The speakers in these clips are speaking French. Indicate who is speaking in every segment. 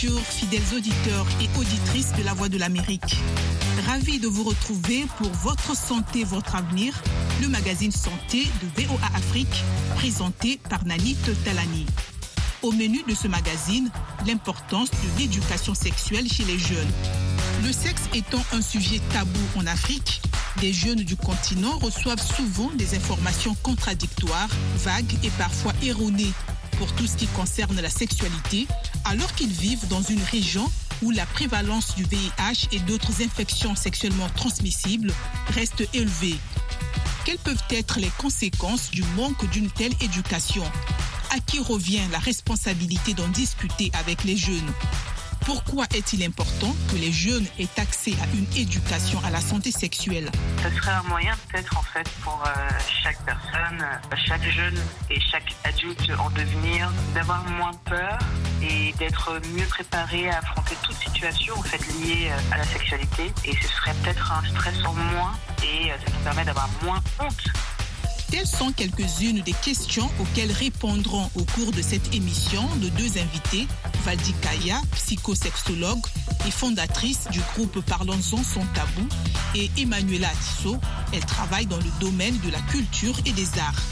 Speaker 1: Bonjour fidèles auditeurs et auditrices de La Voix de l'Amérique. Ravi de vous retrouver pour Votre Santé, Votre Avenir, le magazine santé de VOA Afrique, présenté par Nanit Talani. Au menu de ce magazine, l'importance de l'éducation sexuelle chez les jeunes. Le sexe étant un sujet tabou en Afrique, des jeunes du continent reçoivent souvent des informations contradictoires, vagues et parfois erronées pour tout ce qui concerne la sexualité, alors qu'ils vivent dans une région où la prévalence du VIH et d'autres infections sexuellement transmissibles reste élevée. Quelles peuvent être les conséquences du manque d'une telle éducation ? À qui revient la responsabilité d'en discuter avec les jeunes ? Pourquoi est-il important que les jeunes aient accès à une éducation à la santé sexuelle ?
Speaker 2: Ce serait un moyen peut-être en fait pour chaque personne, chaque jeune et chaque adulte en devenir d'avoir moins peur et d'être mieux préparé à affronter toute situation en fait liée à la sexualité. Et ce serait peut-être un stress en moins et ça nous permet d'avoir moins honte.
Speaker 1: Telles sont quelques-unes des questions auxquelles répondront au cours de cette émission nos deux invités, Valdi Kaya, psychosexologue et fondatrice du groupe Parlons-en sans tabou, et Emmanuela Atisso, elle travaille dans le domaine de la culture et des arts.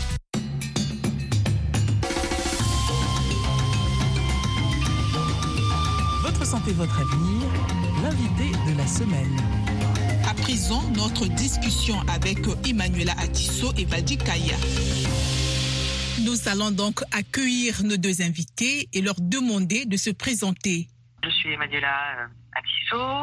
Speaker 3: Votre santé, votre avenir, l'invité de la semaine.
Speaker 1: À présent, notre discussion avec Emmanuela Atisso et Valdi Kaya. Nous allons donc accueillir nos deux invités et leur demander de se présenter.
Speaker 2: Je suis Emmanuela Atisso,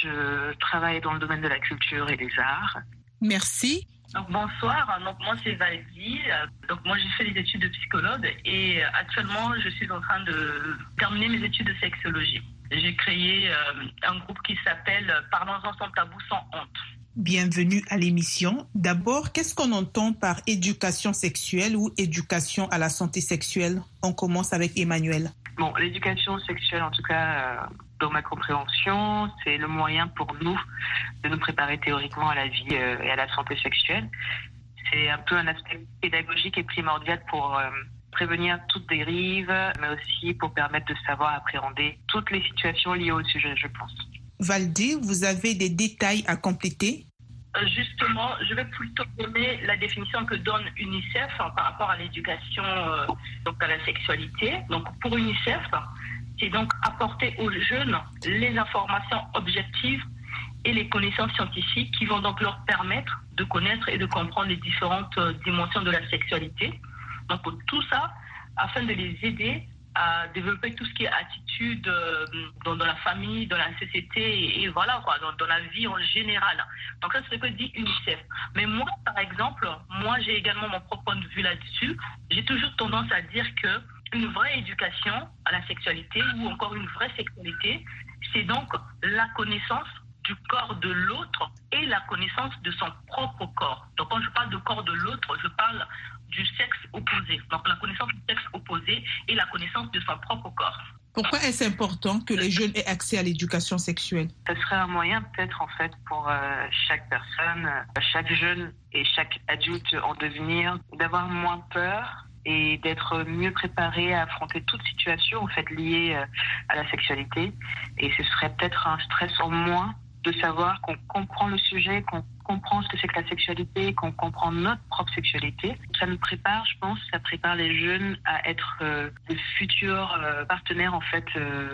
Speaker 2: je travaille dans le domaine de la culture et des arts.
Speaker 1: Merci.
Speaker 4: Donc, bonsoir, donc, moi c'est Valdi, donc moi j'ai fait des études de psychologue et actuellement je suis en train de terminer mes études de sexologie. J'ai créé un groupe qui s'appelle Parlons-en sans tabou, sans honte.
Speaker 1: Bienvenue à l'émission. D'abord, qu'est-ce qu'on entend par éducation sexuelle ou éducation à la santé sexuelle ? On commence avec Emmanuel.
Speaker 2: Bon, l'éducation sexuelle, en tout cas, dans ma compréhension, c'est le moyen pour nous de nous préparer théoriquement à la vie et à la santé sexuelle. C'est un peu un aspect pédagogique et primordial pour prévenir toute dérive, mais aussi pour permettre de savoir appréhender toutes les situations liées au sujet, je pense.
Speaker 1: Valdi, vous avez des détails à compléter ?
Speaker 4: Justement, je vais plutôt donner la définition que donne UNICEF par rapport à l'éducation donc à la sexualité. Donc pour UNICEF, c'est donc apporter aux jeunes les informations objectives et les connaissances scientifiques qui vont donc leur permettre de connaître et de comprendre les différentes dimensions de la sexualité. Donc tout ça afin de les aider à développer tout ce qui est attitude dans la famille, dans la société et voilà quoi, dans la vie en général. Donc ça c'est ce que dit UNICEF. Mais moi par exemple, j'ai également mon propre point de vue là-dessus. J'ai toujours tendance à dire que une vraie éducation à la sexualité ou encore une vraie sexualité, c'est donc la connaissance du corps de l'autre et la connaissance de son propre corps. Donc quand je parle de corps de l'autre, je parle du sexe opposé. Donc la connaissance du sexe opposé et la connaissance de son propre corps.
Speaker 1: Pourquoi est-ce important que les jeunes aient accès à l'éducation sexuelle ?
Speaker 2: Ce serait un moyen peut-être en fait pour chaque personne, chaque jeune et chaque adulte en devenir d'avoir moins peur et d'être mieux préparé à affronter toute situation en fait liée à la sexualité. Et ce serait peut-être un stress en moins de savoir qu'on comprend le sujet, qu'on comprend ce que c'est que la sexualité, qu'on comprend notre propre sexualité. Ça nous prépare, je pense, ça prépare les jeunes à être de futurs partenaires en fait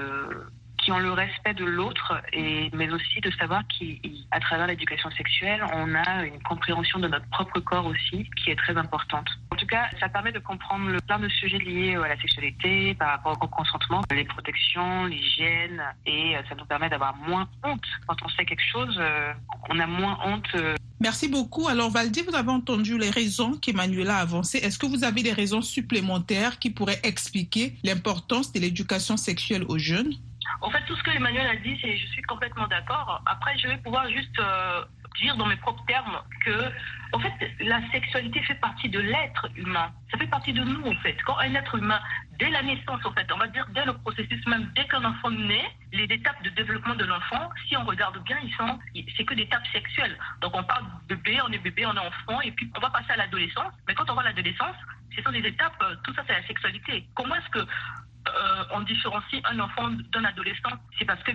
Speaker 2: qui ont le respect de l'autre, mais aussi de savoir qu'à travers l'éducation sexuelle, on a une compréhension de notre propre corps aussi qui est très importante. En tout cas, ça permet de comprendre plein de sujets liés à la sexualité, par rapport au consentement, les protections, l'hygiène, et ça nous permet d'avoir moins honte. Quand on sait quelque chose, on a moins honte.
Speaker 1: Merci beaucoup. Alors Valdi, vous avez entendu les raisons qu'Emmanuela a avancées. Est-ce que vous avez des raisons supplémentaires qui pourraient expliquer l'importance de l'éducation sexuelle aux jeunes ?
Speaker 4: En fait, tout ce que Emmanuel a dit, je suis complètement d'accord. Après, je vais pouvoir juste dire dans mes propres termes que, en fait, la sexualité fait partie de l'être humain. Ça fait partie de nous, en fait. Quand un être humain, dès la naissance, en fait, on va dire dès le processus même, dès qu'un enfant naît, les étapes de développement de l'enfant, si on regarde bien, c'est que des étapes sexuelles. Donc, on parle de bébé, on est enfant, et puis on va passer à l'adolescence. Mais quand on va à l'adolescence, ce sont des étapes, tout ça, c'est la sexualité. Comment est-ce que on différencie un enfant d'un adolescent, c'est parce que,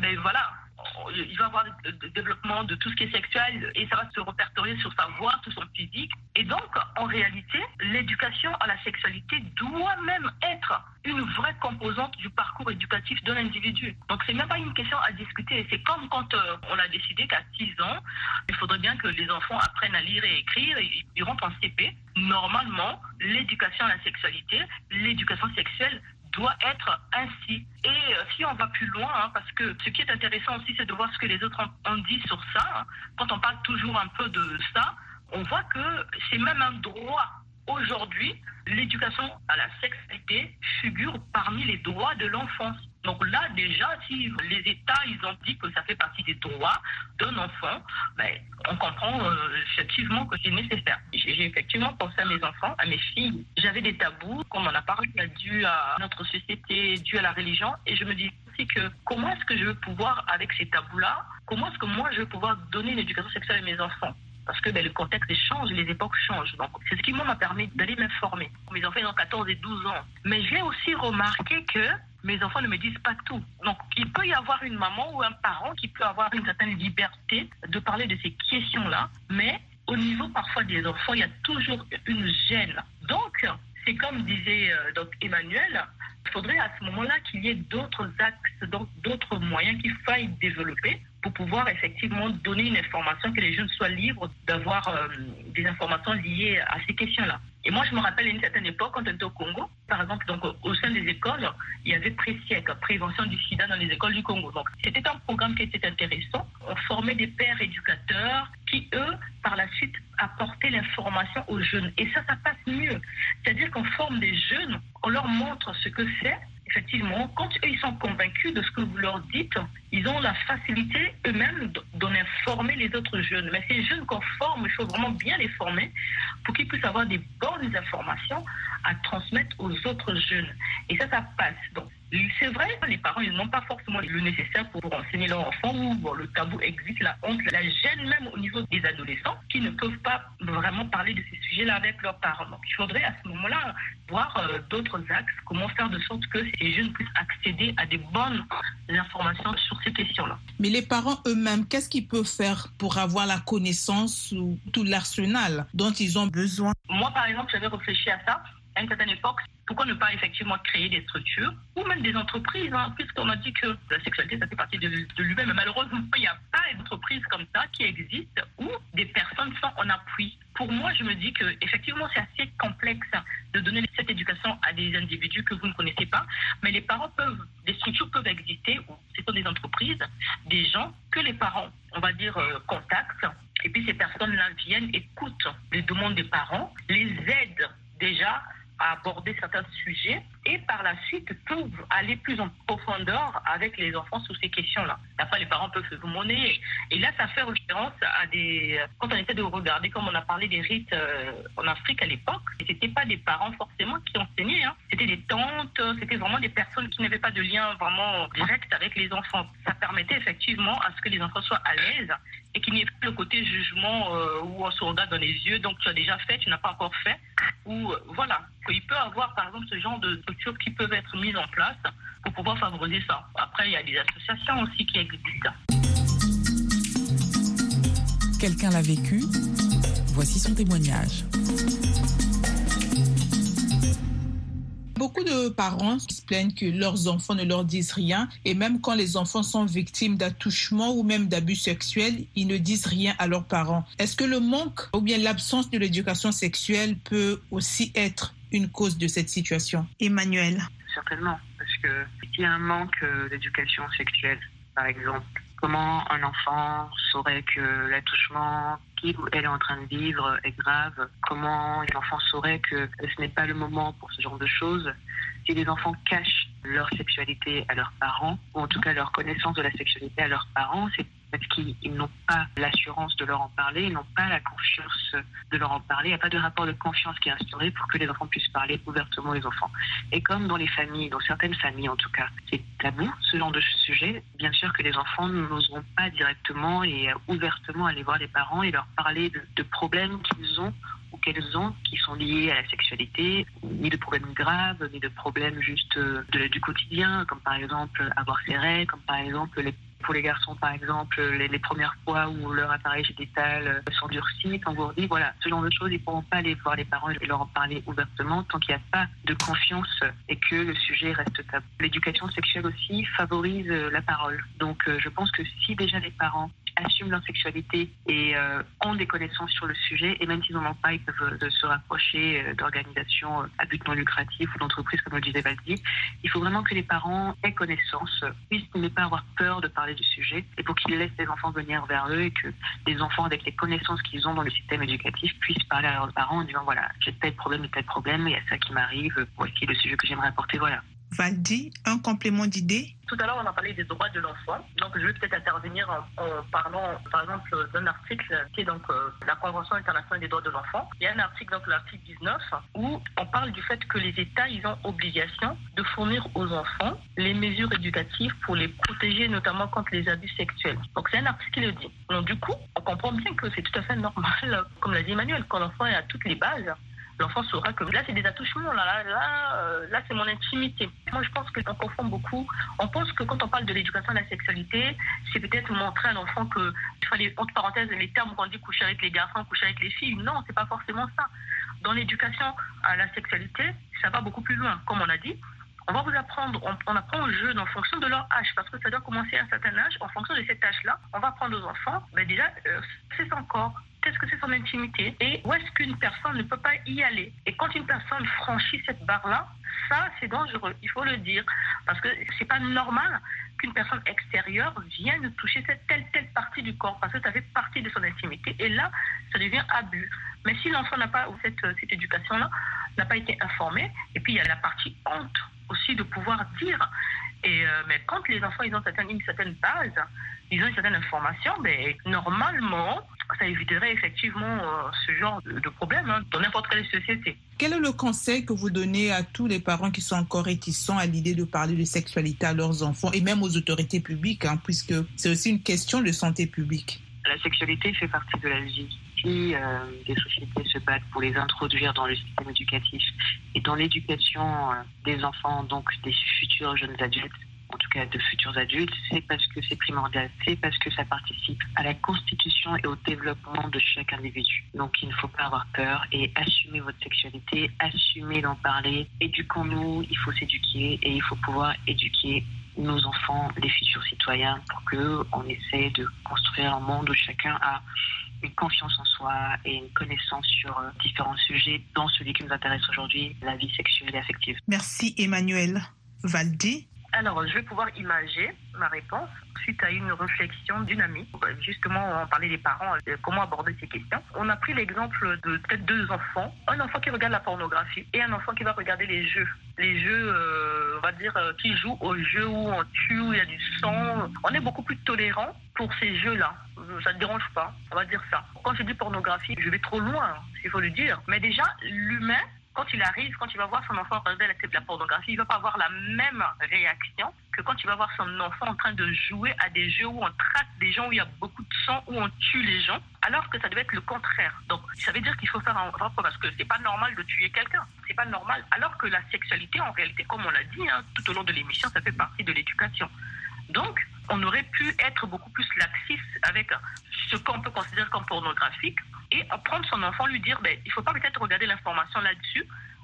Speaker 4: il va avoir le développement de tout ce qui est sexuel et ça va se répertorier sur sa voix, sur son physique. Et donc, en réalité, l'éducation à la sexualité doit même être une vraie composante du parcours éducatif d'un individu. Donc, c'est même pas une question à discuter. C'est comme quand on a décidé qu'à 6 ans, il faudrait bien que les enfants apprennent à lire et écrire et ils rentrent en CP. Normalement, l'éducation à la sexualité, l'éducation sexuelle doit être ainsi. Et si on va plus loin, parce que ce qui est intéressant aussi, c'est de voir ce que les autres ont dit sur ça. Quand on parle toujours un peu de ça, on voit que c'est même un droit. Aujourd'hui, l'éducation à la sexualité figure parmi les droits de l'enfance. Donc là, déjà, si les États, ils ont dit que ça fait partie des droits d'un enfant, on comprend effectivement que c'est nécessaire. J'ai effectivement pensé à mes enfants, à mes filles. J'avais des tabous, comme on a parlé, dû à notre société, dû à la religion. Et je me dis aussi que comment est-ce que je veux pouvoir, avec ces tabous-là, comment est-ce que moi, je vais pouvoir donner une éducation sexuelle à mes enfants ? Parce que le contexte change, les époques changent. Donc, c'est ce qui m'a permis d'aller m'informer. Mes enfants ont 14 et 12 ans. Mais j'ai aussi remarqué que mes enfants ne me disent pas tout. Donc, il peut y avoir une maman ou un parent qui peut avoir une certaine liberté de parler de ces questions-là. Mais au niveau parfois des enfants, il y a toujours une gêne. Donc, c'est comme disait Emmanuel, il faudrait à ce moment-là qu'il y ait d'autres axes, donc d'autres moyens qu'il faille développer pour pouvoir effectivement donner une information, que les jeunes soient libres d'avoir des informations liées à ces questions-là. Et moi, je me rappelle à une certaine époque, quand on était au Congo, par exemple, donc, au sein des écoles, il y avait Présiècle, prévention du sida dans les écoles du Congo. Donc, c'était un programme qui était intéressant. On formait des pères éducateurs qui, eux, par la suite, apportaient l'information aux jeunes. Et ça passe mieux. C'est-à-dire qu'on forme des jeunes, on leur montre ce que c'est. Effectivement, quand eux, ils sont convaincus de ce que vous leur dites, ils ont la facilité eux-mêmes d'en informer les autres jeunes. Mais ces jeunes qu'on forme, il faut vraiment bien les former pour qu'ils puissent avoir des bonnes informations à transmettre aux autres jeunes. Et ça passe. Donc, c'est vrai, les parents, ils n'ont pas forcément le nécessaire pour enseigner leurs enfants, ou le tabou existe, la honte, la gêne même au niveau des adolescents qui ne peuvent pas vraiment parler de ces sujets-là avec leurs parents. Donc, il faudrait à ce moment-là voir d'autres axes, comment faire de sorte que ces jeunes puissent accéder à des bonnes informations sur ces questions-là.
Speaker 1: Mais les parents eux-mêmes, qu'est-ce qu'ils peuvent faire pour avoir la connaissance ou tout l'arsenal dont ils ont besoin?
Speaker 4: Moi, par exemple, j'avais réfléchi à ça à une certaine époque. Pourquoi ne pas effectivement créer des structures ou même des entreprises, puisqu'on a dit que la sexualité, ça fait partie de lui-même. Mais malheureusement, il n'y a pas d'entreprise comme ça qui existe où des personnes sont en appui. Pour moi, je me dis que effectivement, c'est assez complexe de donner cette éducation à des individus que vous ne connaissez pas. Mais les parents des structures peuvent exister, où ce sont des entreprises, des gens que les parents, on va dire, contactent. Et puis ces personnes-là viennent, écoutent les demandes des parents, les aident déjà à aborder certains sujets et par la suite peuvent aller plus en profondeur avec les enfants sur ces questions-là. Après, les parents peuvent se monnayer. Et là, ça fait référence à quand on essaie de regarder, comme on a parlé des rites en Afrique à l'époque, c'était pas des parents forcément qui enseignaient, C'était des tantes, c'était vraiment des personnes qui n'avaient pas de lien vraiment direct avec les enfants. Ça permettait effectivement à ce que les enfants soient à l'aise et qu'il n'y ait plus le côté jugement où on se regarde dans les yeux, donc tu as déjà fait, tu n'as pas encore fait, ou voilà. Il peut y avoir par exemple ce genre de structures qui peuvent être mises en place pour pouvoir favoriser ça. Après, il y a des associations aussi qui existent.
Speaker 3: Quelqu'un l'a vécu, voici son témoignage.
Speaker 1: Beaucoup de parents se plaignent que leurs enfants ne leur disent rien et même quand les enfants sont victimes d'attouchements ou même d'abus sexuels, ils ne disent rien à leurs parents. Est-ce que le manque ou bien l'absence de l'éducation sexuelle peut aussi être une cause de cette situation? Emmanuel.
Speaker 2: Certainement, parce que s'il y a un manque d'éducation sexuelle, par exemple, comment un enfant saurait que l'attouchement qu'il ou elle est en train de vivre est grave? Comment les enfants sauraient que ce n'est pas le moment pour ce genre de choses? Si les enfants cachent leur sexualité à leurs parents, ou en tout cas leur connaissance de la sexualité à leurs parents, c'est parce qu'ils n'ont pas l'assurance de leur en parler, ils n'ont pas la confiance de leur en parler. Il n'y a pas de rapport de confiance qui est instauré pour que les enfants puissent parler ouvertement aux enfants. Et comme dans les familles, dans certaines familles en tout cas, c'est tabou ce genre de sujet, bien sûr que les enfants n'oseront pas directement et ouvertement aller voir les parents et leur parler de problèmes qu'ils ont ou qu'elles ont qui sont liées à la sexualité, ni de problèmes graves, ni de problèmes juste du quotidien, comme par exemple avoir ses règles, comme par exemple pour les garçons, par exemple, les premières fois où leur appareil génital s'endurcit, s'engourdit, voilà, ce genre de choses, ils ne pourront pas aller voir les parents et leur en parler ouvertement tant qu'il n'y a pas de confiance et que le sujet reste tabou. L'éducation sexuelle aussi favorise la parole. Donc, je pense que si déjà les parents assument leur sexualité et ont des connaissances sur le sujet, et même s'ils n'en ont pas, ils peuvent se rapprocher d'organisations à but non lucratif ou d'entreprises, comme le disait Valdi. Il faut vraiment que les parents aient connaissance, puissent ne pas avoir peur de parler du sujet, et pour qu'ils laissent les enfants venir vers eux et que les enfants, avec les connaissances qu'ils ont dans le système éducatif, puissent parler à leurs parents en disant voilà, j'ai tel problème, il y a ça qui m'arrive, voici le sujet que j'aimerais apporter, voilà.
Speaker 1: Valdi, un complément d'idée?
Speaker 4: Tout à l'heure, on a parlé des droits de l'enfant. Donc, je vais peut-être intervenir en parlant, par exemple, d'un article qui est donc la Convention internationale des droits de l'enfant. Il y a un article, donc l'article 19, où on parle du fait que les États, ils ont obligation de fournir aux enfants les mesures éducatives pour les protéger, notamment contre les abus sexuels. Donc, c'est un article qui le dit. Donc, du coup, on comprend bien que c'est tout à fait normal, comme l'a dit Emmanuel, quand l'enfant est à toutes les bases. L'enfant saura que là, c'est des attouchements, là, c'est mon intimité. Moi, je pense qu'on confond beaucoup. On pense que quand on parle de l'éducation à la sexualité, c'est peut-être montrer à l'enfant que, entre parenthèses, les termes qu'on dit coucher avec les garçons, coucher avec les filles. Non, c'est pas forcément ça. Dans l'éducation à la sexualité, ça va beaucoup plus loin. Comme on a dit, on va vous apprendre, on apprend aux jeunes en fonction de leur âge, parce que ça doit commencer à un certain âge. En fonction de cet âge-là, on va apprendre aux enfants, déjà, c'est son corps. Qu'est-ce que c'est son intimité et où est-ce qu'une personne ne peut pas y aller. Et quand une personne franchit cette barre-là, ça, c'est dangereux, il faut le dire. Parce que c'est pas normal qu'une personne extérieure vienne toucher cette telle partie du corps, parce que ça fait partie de son intimité. Et là, ça devient abus. Mais si l'enfant n'a pas, ou cette éducation-là, n'a pas été informé, et puis il y a la partie honte aussi de pouvoir dire. Mais quand les enfants ils ont une certaine base, ils ont une certaine information, normalement, ça éviterait effectivement ce genre de problème dans n'importe quelle société.
Speaker 1: Quel est le conseil que vous donnez à tous les parents qui sont encore réticents à l'idée de parler de sexualité à leurs enfants et même aux autorités publiques, puisque c'est aussi une question de santé publique?
Speaker 2: La sexualité fait partie de la vie. Si des sociétés se battent pour les introduire dans le système éducatif et dans l'éducation des enfants, donc des futurs jeunes adultes, en tout cas de futurs adultes, c'est parce que c'est primordial, c'est parce que ça participe à la constitution et au développement de chaque individu. Donc il ne faut pas avoir peur et assumer votre sexualité, assumer d'en parler. Éduquons-nous, il faut s'éduquer et il faut pouvoir éduquer nos enfants, les futurs citoyens, pour qu'on essaie de construire un monde où chacun a une confiance en soi et une connaissance sur différents sujets, dont celui qui nous intéresse aujourd'hui, la vie sexuelle et affective.
Speaker 1: Merci Emmanuel. Valdi?
Speaker 4: Alors, je vais pouvoir imager ma réponse suite à une réflexion d'une amie. Justement, on parlait des parents, comment aborder ces questions. On a pris l'exemple de peut-être deux enfants. Un enfant qui regarde la pornographie et un enfant qui va regarder les jeux. Les jeux, on va dire, qui jouent aux jeux où on tue, où il y a du sang. On est beaucoup plus tolérant pour ces jeux-là. Ça ne dérange pas, on va dire ça. Quand je dis pornographie, je vais trop loin, il faut le dire. Mais déjà, l'humain, quand il arrive, quand il va voir son enfant regarder la pornographie, il ne va pas avoir la même réaction que quand il va voir son enfant en train de jouer à des jeux où on traque des gens, où il y a beaucoup de sang, où on tue les gens, alors que ça devait être le contraire. Donc, ça veut dire qu'il faut faire un rapport, parce que c'est pas normal de tuer quelqu'un. C'est pas normal. Alors que la sexualité, en réalité, comme on l'a dit, tout au long de l'émission, ça fait partie de l'éducation. Donc, on aurait pu être beaucoup plus laxiste avec ce qu'on peut considérer comme pornographique et prendre son enfant, lui dire, il ne faut pas peut-être regarder l'information là-dessus.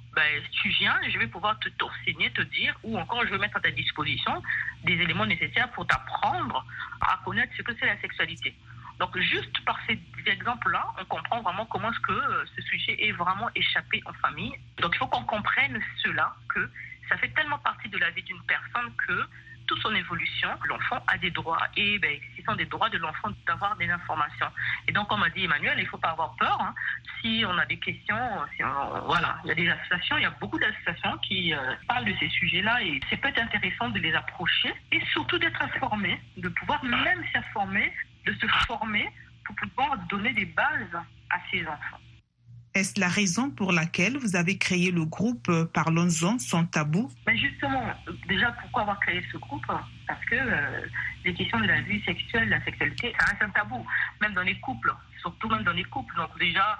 Speaker 4: Tu viens, je vais pouvoir te t'enseigner, te dire, ou encore je vais mettre à ta disposition des éléments nécessaires pour t'apprendre à connaître ce que c'est la sexualité. Donc, juste par ces exemples-là, on comprend vraiment comment est-ce que ce sujet est vraiment échappé en famille. Donc, il faut qu'on comprenne cela, que ça fait tellement partie de la vie d'une personne que toute son évolution, l'enfant a des droits et ce sont des droits de l'enfant d'avoir des informations. Et donc, comme a dit Emmanuel, il ne faut pas avoir peur. Si on a des questions, voilà, il y a des associations, il y a beaucoup d'associations qui parlent de ces sujets-là et c'est peut-être intéressant de les approcher et surtout d'être informé, de pouvoir même s'informer, de se former pour pouvoir donner des bases à ces enfants.
Speaker 1: Est-ce la raison pour laquelle vous avez créé le groupe Parlons-en sans tabou?
Speaker 4: Justement, déjà, pourquoi avoir créé ce groupe? Parce que les questions de la vie sexuelle, la sexualité, ça reste un tabou, même dans les couples, surtout même dans les couples. Donc déjà,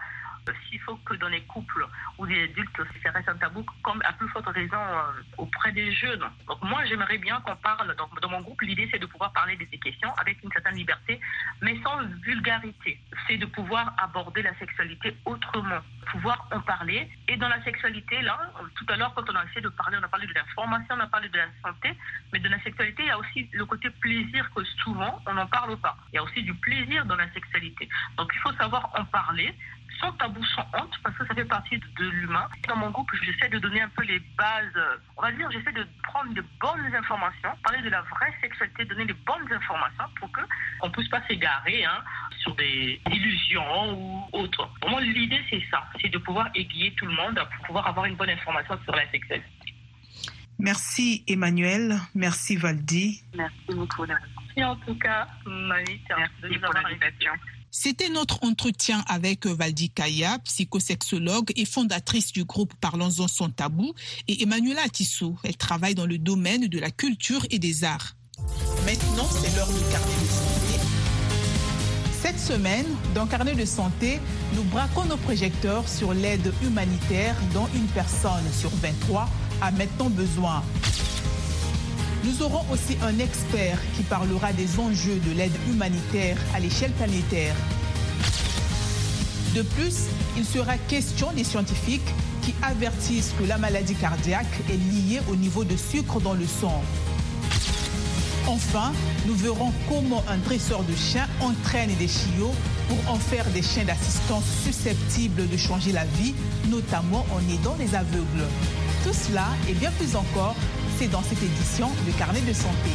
Speaker 4: S'il faut que dans les couples ou les adultes, ça reste un tabou, comme à plus forte raison auprès des jeunes. Donc moi, j'aimerais bien qu'on parle, dans mon groupe, l'idée c'est de pouvoir parler de ces questions avec une certaine liberté, mais sans vulgarité. C'est de pouvoir aborder la sexualité autrement, pouvoir en parler. Et dans la sexualité, là, tout à l'heure, quand on a essayé de parler, on a parlé de l'information, on a parlé de la santé, mais de la sexualité, il y a aussi le côté plaisir que souvent, on n'en parle pas. Il y a aussi du plaisir dans la sexualité. Donc il faut savoir en parler, sans tabou, sans honte, parce que ça fait partie de l'humain. Dans mon groupe, j'essaie de donner un peu les bases, on va dire, j'essaie de prendre de bonnes informations, parler de la vraie sexualité, donner les bonnes informations pour qu'on ne puisse pas s'égarer sur des illusions ou autres. Vraiment, l'idée, c'est ça, c'est de pouvoir aiguiller tout le monde pour pouvoir avoir une bonne information sur la sexualité.
Speaker 1: Merci Emmanuel, merci Valdi.
Speaker 2: Merci beaucoup.
Speaker 4: Merci en tout cas, Marie,
Speaker 2: merci pour l'invitation.
Speaker 1: C'était notre entretien avec Valdi Kaya, psychosexologue et fondatrice du groupe Parlons-en sans tabou, et Emmanuela Atisso. Elle travaille dans le domaine de la culture et des arts. Maintenant, c'est l'heure du carnet de santé. Cette semaine, dans Carnet de santé, nous braquons nos projecteurs sur l'aide humanitaire dont une personne sur 23 a maintenant besoin. Nous aurons aussi un expert qui parlera des enjeux de l'aide humanitaire à l'échelle planétaire. De plus, il sera question des scientifiques qui avertissent que la maladie cardiaque est liée au niveau de sucre dans le sang. Enfin, nous verrons comment un dresseur de chiens entraîne des chiots pour en faire des chiens d'assistance susceptibles de changer la vie, notamment en aidant les aveugles. Tout cela et bien plus encore, c'est dans cette édition de Carnet de santé.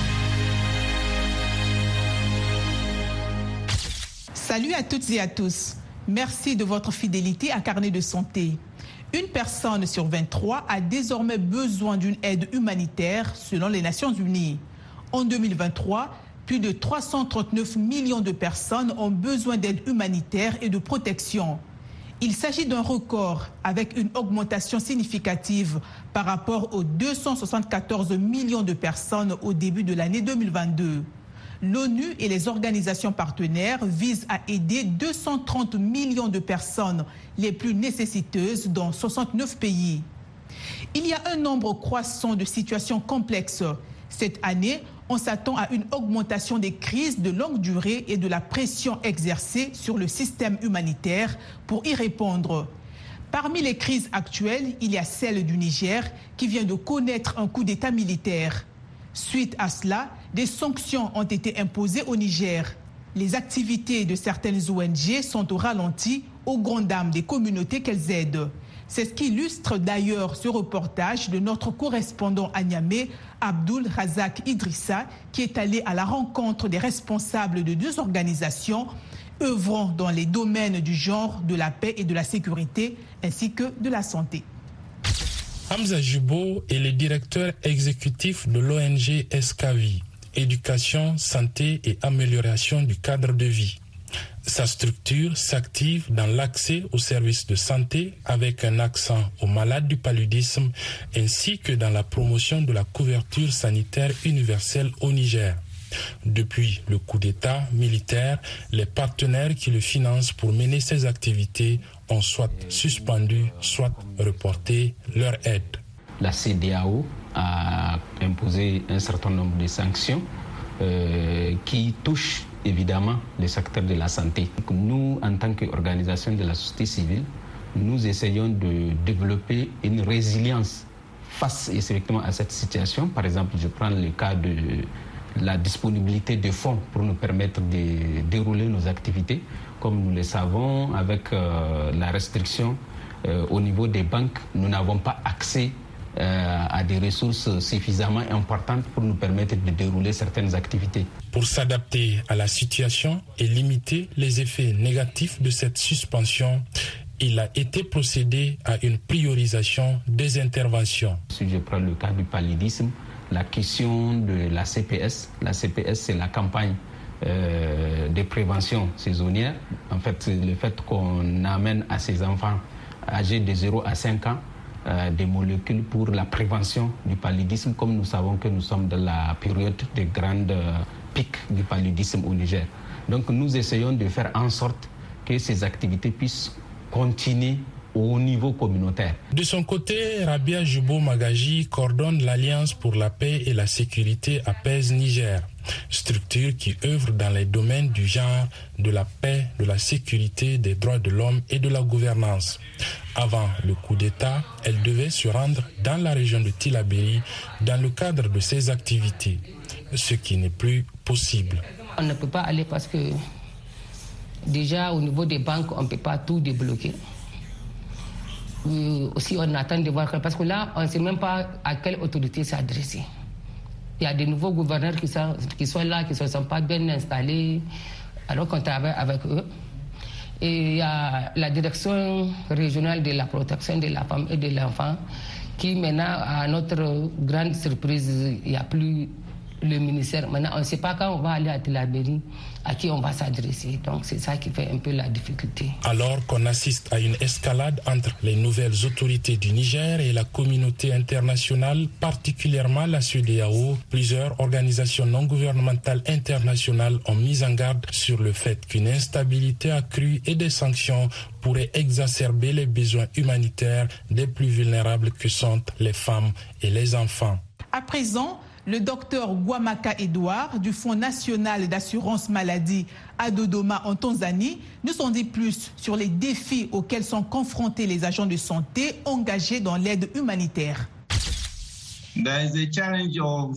Speaker 1: Salut à toutes et à tous. Merci de votre fidélité à Carnet de santé. Une personne sur 23 a désormais besoin d'une aide humanitaire selon les Nations Unies. En 2023, plus de 339 millions de personnes ont besoin d'aide humanitaire et de protection. Il s'agit d'un record avec une augmentation significative par rapport aux 274 millions de personnes au début de l'année 2022. L'ONU et les organisations partenaires visent à aider 230 millions de personnes les plus nécessiteuses dans 69 pays. Il y a un nombre croissant de situations complexes. Cette année, on s'attend à une augmentation des crises de longue durée et de la pression exercée sur le système humanitaire pour y répondre. Parmi les crises actuelles, il y a celle du Niger qui vient de connaître un coup d'État militaire. Suite à cela, des sanctions ont été imposées au Niger. Les activités de certaines ONG sont au ralenti, aux grandes dames des communautés qu'elles aident. C'est ce qu'illustre d'ailleurs ce reportage de notre correspondant à Niamey, Abdul Razak Idrissa, qui est allé à la rencontre des responsables de deux organisations œuvrant dans les domaines du genre, de la paix et de la sécurité, ainsi que de la santé.
Speaker 5: Hamza Jubo est le directeur exécutif de l'ONG Escavi, Éducation, Santé et Amélioration du cadre de vie. Sa structure s'active dans l'accès aux services de santé avec un accent aux malades du paludisme ainsi que dans la promotion de la couverture sanitaire universelle au Niger. Depuis le coup d'État militaire, les partenaires qui le financent pour mener ces activités ont soit suspendu, soit reporté leur aide.
Speaker 6: La CEDEAO a imposé un certain nombre de sanctions qui touchent évidemment le secteur de la santé. Nous, en tant qu'organisation de la société civile, nous essayons de développer une résilience face effectivement à cette situation. Par exemple, je prends le cas de la disponibilité de fonds pour nous permettre de dérouler nos activités. Comme nous le savons, avec la restriction au niveau des banques, nous n'avons pas accès à des ressources suffisamment importantes pour nous permettre de dérouler certaines activités.
Speaker 5: Pour s'adapter à la situation et limiter les effets négatifs de cette suspension, il a été procédé à une priorisation des interventions.
Speaker 6: Si je prends le cas du paludisme, la question de la CPS c'est la campagne de prévention saisonnière. En fait, le fait qu'on amène à ces enfants âgés de 0 à 5 ans des molécules pour la prévention du paludisme, comme nous savons que nous sommes dans la période de grandes pics du paludisme au Niger. Donc nous essayons de faire en sorte que ces activités puissent continuer au niveau communautaire.
Speaker 5: De son côté, Rabia Jubo-Magaji coordonne l'Alliance pour la paix et la sécurité APES Niger, structure qui œuvre dans les domaines du genre, de la paix, de la sécurité, des droits de l'homme et de la gouvernance. Avant le coup d'État, elle devait se rendre dans la région de Tillabéri dans le cadre de ses activités, ce qui n'est plus possible.
Speaker 7: On ne peut pas aller parce que déjà au niveau des banques, on ne peut pas tout débloquer. Aussi, on attend de voir, parce que là, on ne sait même pas à quelle autorité s'adresser. Il y a des nouveaux gouverneurs qui sont là, qui ne sont pas bien installés, alors qu'on travaille avec eux. Et il y a la direction régionale de la protection de la femme et de l'enfant, qui maintenant, à notre grande surprise, il n'y a plus le ministère. Maintenant, on ne sait pas quand on va aller à Tillabéri, à qui on va s'adresser. Donc, c'est ça qui fait un peu la difficulté.
Speaker 5: Alors qu'on assiste à une escalade entre les nouvelles autorités du Niger et la communauté internationale, particulièrement la CEDEAO, plusieurs organisations non gouvernementales internationales ont mis en garde sur le fait qu'une instabilité accrue et des sanctions pourraient exacerber les besoins humanitaires des plus vulnérables que sont les femmes et les enfants.
Speaker 1: À présent, le docteur Guamaka Edouard du Fonds national d'assurance maladie à Dodoma en Tanzanie nous en dit plus sur les défis auxquels sont confrontés les agents de santé engagés dans l'aide humanitaire.
Speaker 8: There is a challenge of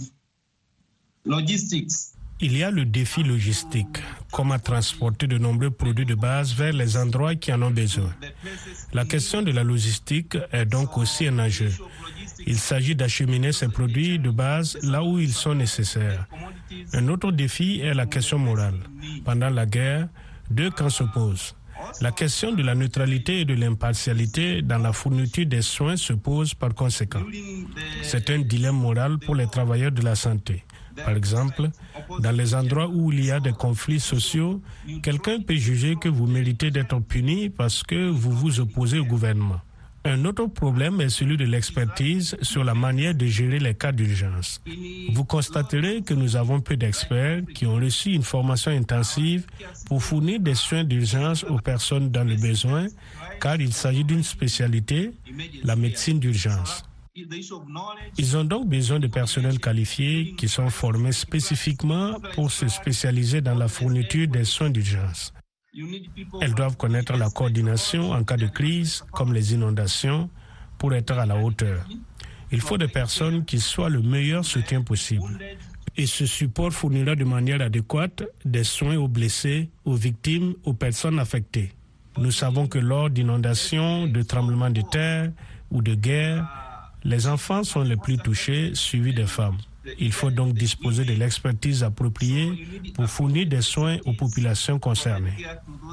Speaker 8: logistics.
Speaker 9: Il y a le défi logistique, comment transporter de nombreux produits de base vers les endroits qui en ont besoin. La question de la logistique est donc aussi un enjeu. Il s'agit d'acheminer ces produits de base là où ils sont nécessaires. Un autre défi est la question morale. Pendant la guerre, deux camps s'opposent. La question de la neutralité et de l'impartialité dans la fourniture des soins se pose par conséquent. C'est un dilemme moral pour les travailleurs de la santé. Par exemple, dans les endroits où il y a des conflits sociaux, quelqu'un peut juger que vous méritez d'être puni parce que vous vous opposez au gouvernement. Un autre problème est celui de l'expertise sur la manière de gérer les cas d'urgence. Vous constaterez que nous avons peu d'experts qui ont reçu une formation intensive pour fournir des soins d'urgence aux personnes dans le besoin, car il s'agit d'une spécialité, la médecine d'urgence. Ils ont donc besoin de personnel qualifié qui sont formés spécifiquement pour se spécialiser dans la fourniture des soins d'urgence. Elles doivent connaître la coordination en cas de crise, comme les inondations, pour être à la hauteur. Il faut des personnes qui soient le meilleur soutien possible. Et ce support fournira de manière adéquate des soins aux blessés, aux victimes, aux personnes affectées. Nous savons que lors d'inondations, de tremblements de terre ou de guerre, les enfants sont les plus touchés, suivis des femmes. Il faut donc disposer de l'expertise appropriée pour fournir des soins aux populations concernées.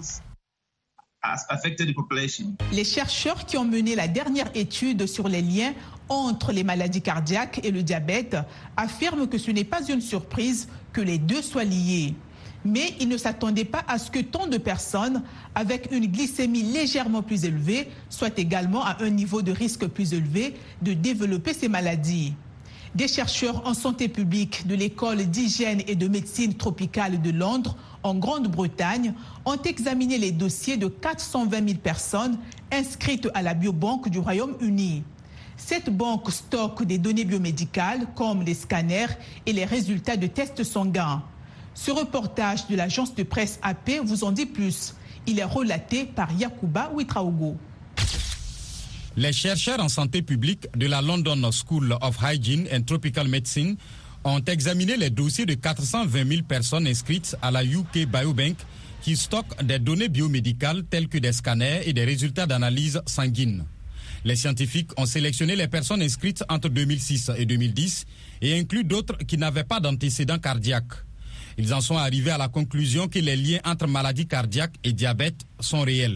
Speaker 1: Les chercheurs qui ont mené la dernière étude sur les liens entre les maladies cardiaques et le diabète affirment que ce n'est pas une surprise que les deux soient liés. Mais ils ne s'attendaient pas à ce que tant de personnes avec une glycémie légèrement plus élevée soient également à un niveau de risque plus élevé de développer ces maladies. Des chercheurs en santé publique de l'école d'hygiène et de médecine tropicale de Londres, en Grande-Bretagne, ont examiné les dossiers de 420 000 personnes inscrites à la biobanque du Royaume-Uni. Cette banque stocke des données biomédicales comme les scanners et les résultats de tests sanguins. Ce reportage de l'agence de presse AP vous en dit plus. Il est relaté par Yacouba Ouitraogo.
Speaker 10: Les chercheurs en santé publique de la London School of Hygiene and Tropical Medicine ont examiné les dossiers de 420 000 personnes inscrites à la UK Biobank qui stocke des données biomédicales telles que des scanners et des résultats d'analyse sanguine. Les scientifiques ont sélectionné les personnes inscrites entre 2006 et 2010 et inclus d'autres qui n'avaient pas d'antécédents cardiaques. Ils en sont arrivés à la conclusion que les liens entre maladie cardiaque et diabète sont réels.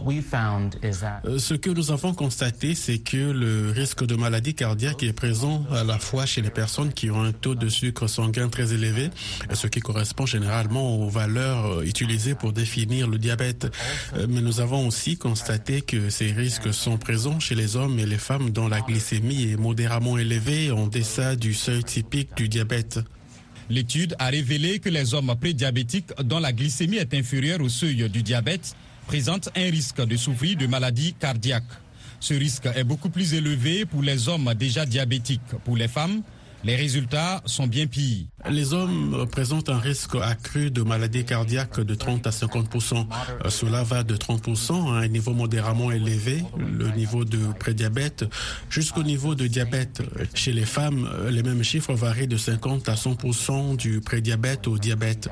Speaker 11: Ce que nous avons constaté, c'est que le risque de maladie cardiaque est présent à la fois chez les personnes qui ont un taux de sucre sanguin très élevé, ce qui correspond généralement aux valeurs utilisées pour définir le diabète. Mais nous avons aussi constaté que ces risques sont présents chez les hommes et les femmes dont la glycémie est modérément élevée en deçà du seuil typique du diabète.
Speaker 10: L'étude a révélé que les hommes prédiabétiques dont la glycémie est inférieure au seuil du diabète présentent un risque de souffrir de maladies cardiaques. Ce risque est beaucoup plus élevé pour les hommes déjà diabétiques. Pour les femmes, les résultats sont bien pires.
Speaker 11: Les hommes présentent un risque accru de maladies cardiaques de 30 à 50%. Cela va de 30% à un niveau modérément élevé, le niveau de prédiabète, jusqu'au niveau de diabète. Chez les femmes, les mêmes chiffres varient de 50 à 100% du prédiabète au diabète.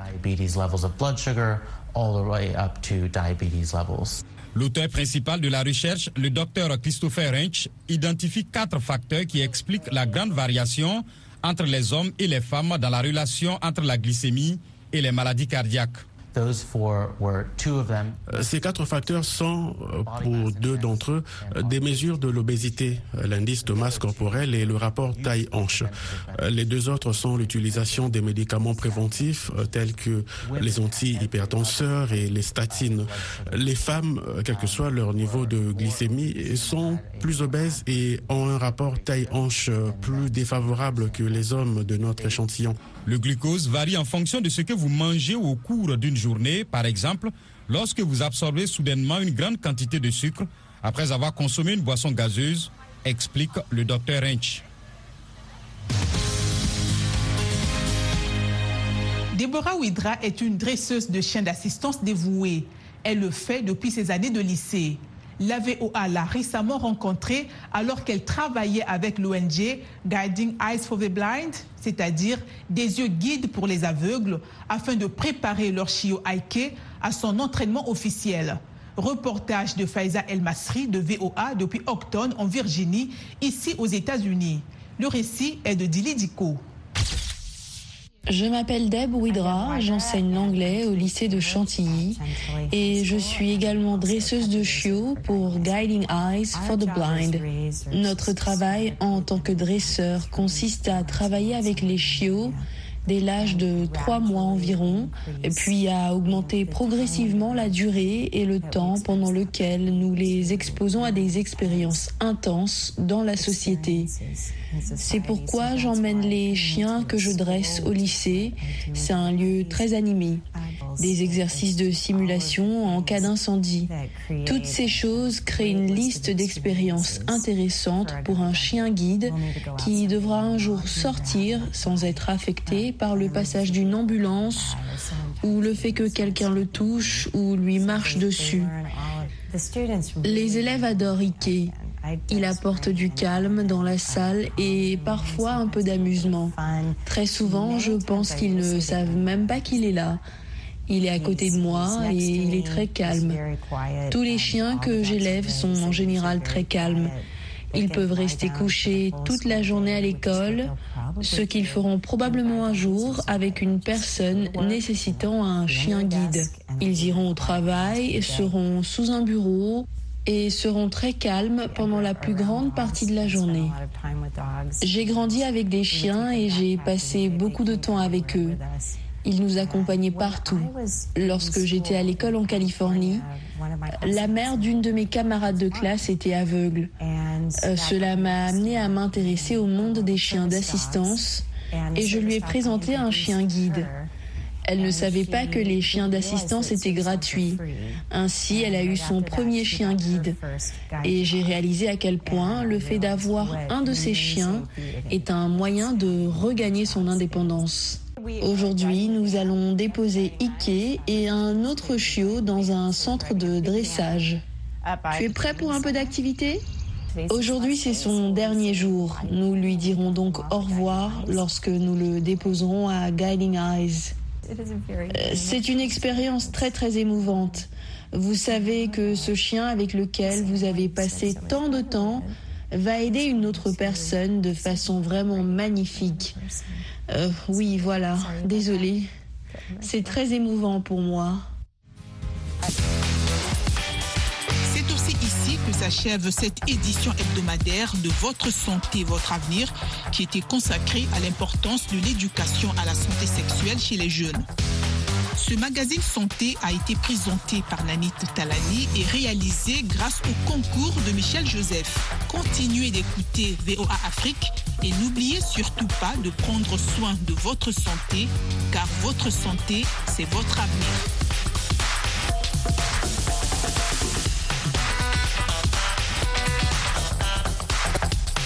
Speaker 10: L'auteur principal de la recherche, le docteur Christopher Rench, identifie 4 facteurs qui expliquent la grande variation entre les hommes et les femmes dans la relation entre la glycémie et les maladies cardiaques.
Speaker 11: Ces 4 facteurs sont, pour 2 d'entre eux, des mesures de l'obésité, l'indice de masse corporelle et le rapport taille-hanche. Les 2 autres sont l'utilisation des médicaments préventifs tels que les antihypertenseurs et les statines. Les femmes, quel que soit leur niveau de glycémie, sont plus obèses et ont un rapport taille-hanche plus défavorable que les hommes de notre échantillon.
Speaker 10: Le glucose varie en fonction de ce que vous mangez au cours d'une journée. Par exemple, lorsque vous absorbez soudainement une grande quantité de sucre après avoir consommé une boisson gazeuse, explique le docteur Rench.
Speaker 1: Deborah Ouidra est une dresseuse de chiens d'assistance dévouée. Elle le fait depuis ses années de lycée. La VOA l'a récemment rencontrée alors qu'elle travaillait avec l'ONG Guiding Eyes for the Blind, c'est-à-dire des yeux guides pour les aveugles, afin de préparer leur chiot Aike à son entraînement officiel. Reportage de Faiza El Masri de VOA depuis Octon en Virginie, ici aux États-Unis. Le récit est de Dili Diko.
Speaker 12: Je m'appelle Deb Ouidra, j'enseigne l'anglais au lycée de Chantilly et je suis également dresseuse de chiots pour Guiding Eyes for the Blind. Notre travail en tant que dresseur consiste à travailler avec les chiots dès l'âge de 3 mois environ, puis à augmenter progressivement la durée et le temps pendant lequel nous les exposons à des expériences intenses dans la société. C'est pourquoi j'emmène les chiens que je dresse au lycée. C'est un lieu très animé. Des exercices de simulation en cas d'incendie. Toutes ces choses créent une liste d'expériences intéressantes pour un chien guide qui devra un jour sortir sans être affecté par le passage d'une ambulance ou le fait que quelqu'un le touche ou lui marche dessus. Les élèves adorent Ike. Il apporte du calme dans la salle et parfois un peu d'amusement. Très souvent, je pense qu'ils ne savent même pas qu'il est là. Il est à côté de moi et il est très calme. Tous les chiens que j'élève sont en général très calmes. Ils peuvent rester couchés toute la journée à l'école, ce qu'ils feront probablement un jour avec une personne nécessitant un chien guide. Ils iront au travail, seront sous un bureau et seront très calmes pendant la plus grande partie de la journée. J'ai grandi avec des chiens et j'ai passé beaucoup de temps avec eux. Ils nous accompagnaient partout. Lorsque j'étais à l'école en Californie, la mère d'une de mes camarades de classe était aveugle. Cela m'a amené à m'intéresser au monde des chiens d'assistance et je lui ai présenté un chien guide. Elle ne savait pas que les chiens d'assistance étaient gratuits. Ainsi, elle a eu son premier chien guide. Et j'ai réalisé à quel point le fait d'avoir un de ces chiens est un moyen de regagner son indépendance. Aujourd'hui, nous allons déposer Ike et un autre chiot dans un centre de dressage. Tu es prêt pour un peu d'activité ? Aujourd'hui, c'est son dernier jour. Nous lui dirons donc au revoir lorsque nous le déposerons à Guiding Eyes. C'est une expérience très très émouvante. Vous savez que ce chien avec lequel vous avez passé tant de temps va aider une autre personne de façon vraiment magnifique. Oui, voilà, désolée. C'est très émouvant pour moi.
Speaker 1: C'est aussi ici que s'achève cette édition hebdomadaire de Votre Santé, Votre Avenir, qui était consacrée à l'importance de l'éducation à la santé sexuelle chez les jeunes. Ce magazine santé a été présenté par Nanit Talani et réalisé grâce au concours de Michel Joseph. Continuez d'écouter VOA Afrique et n'oubliez surtout pas de prendre soin de votre santé, car votre santé, c'est votre avenir.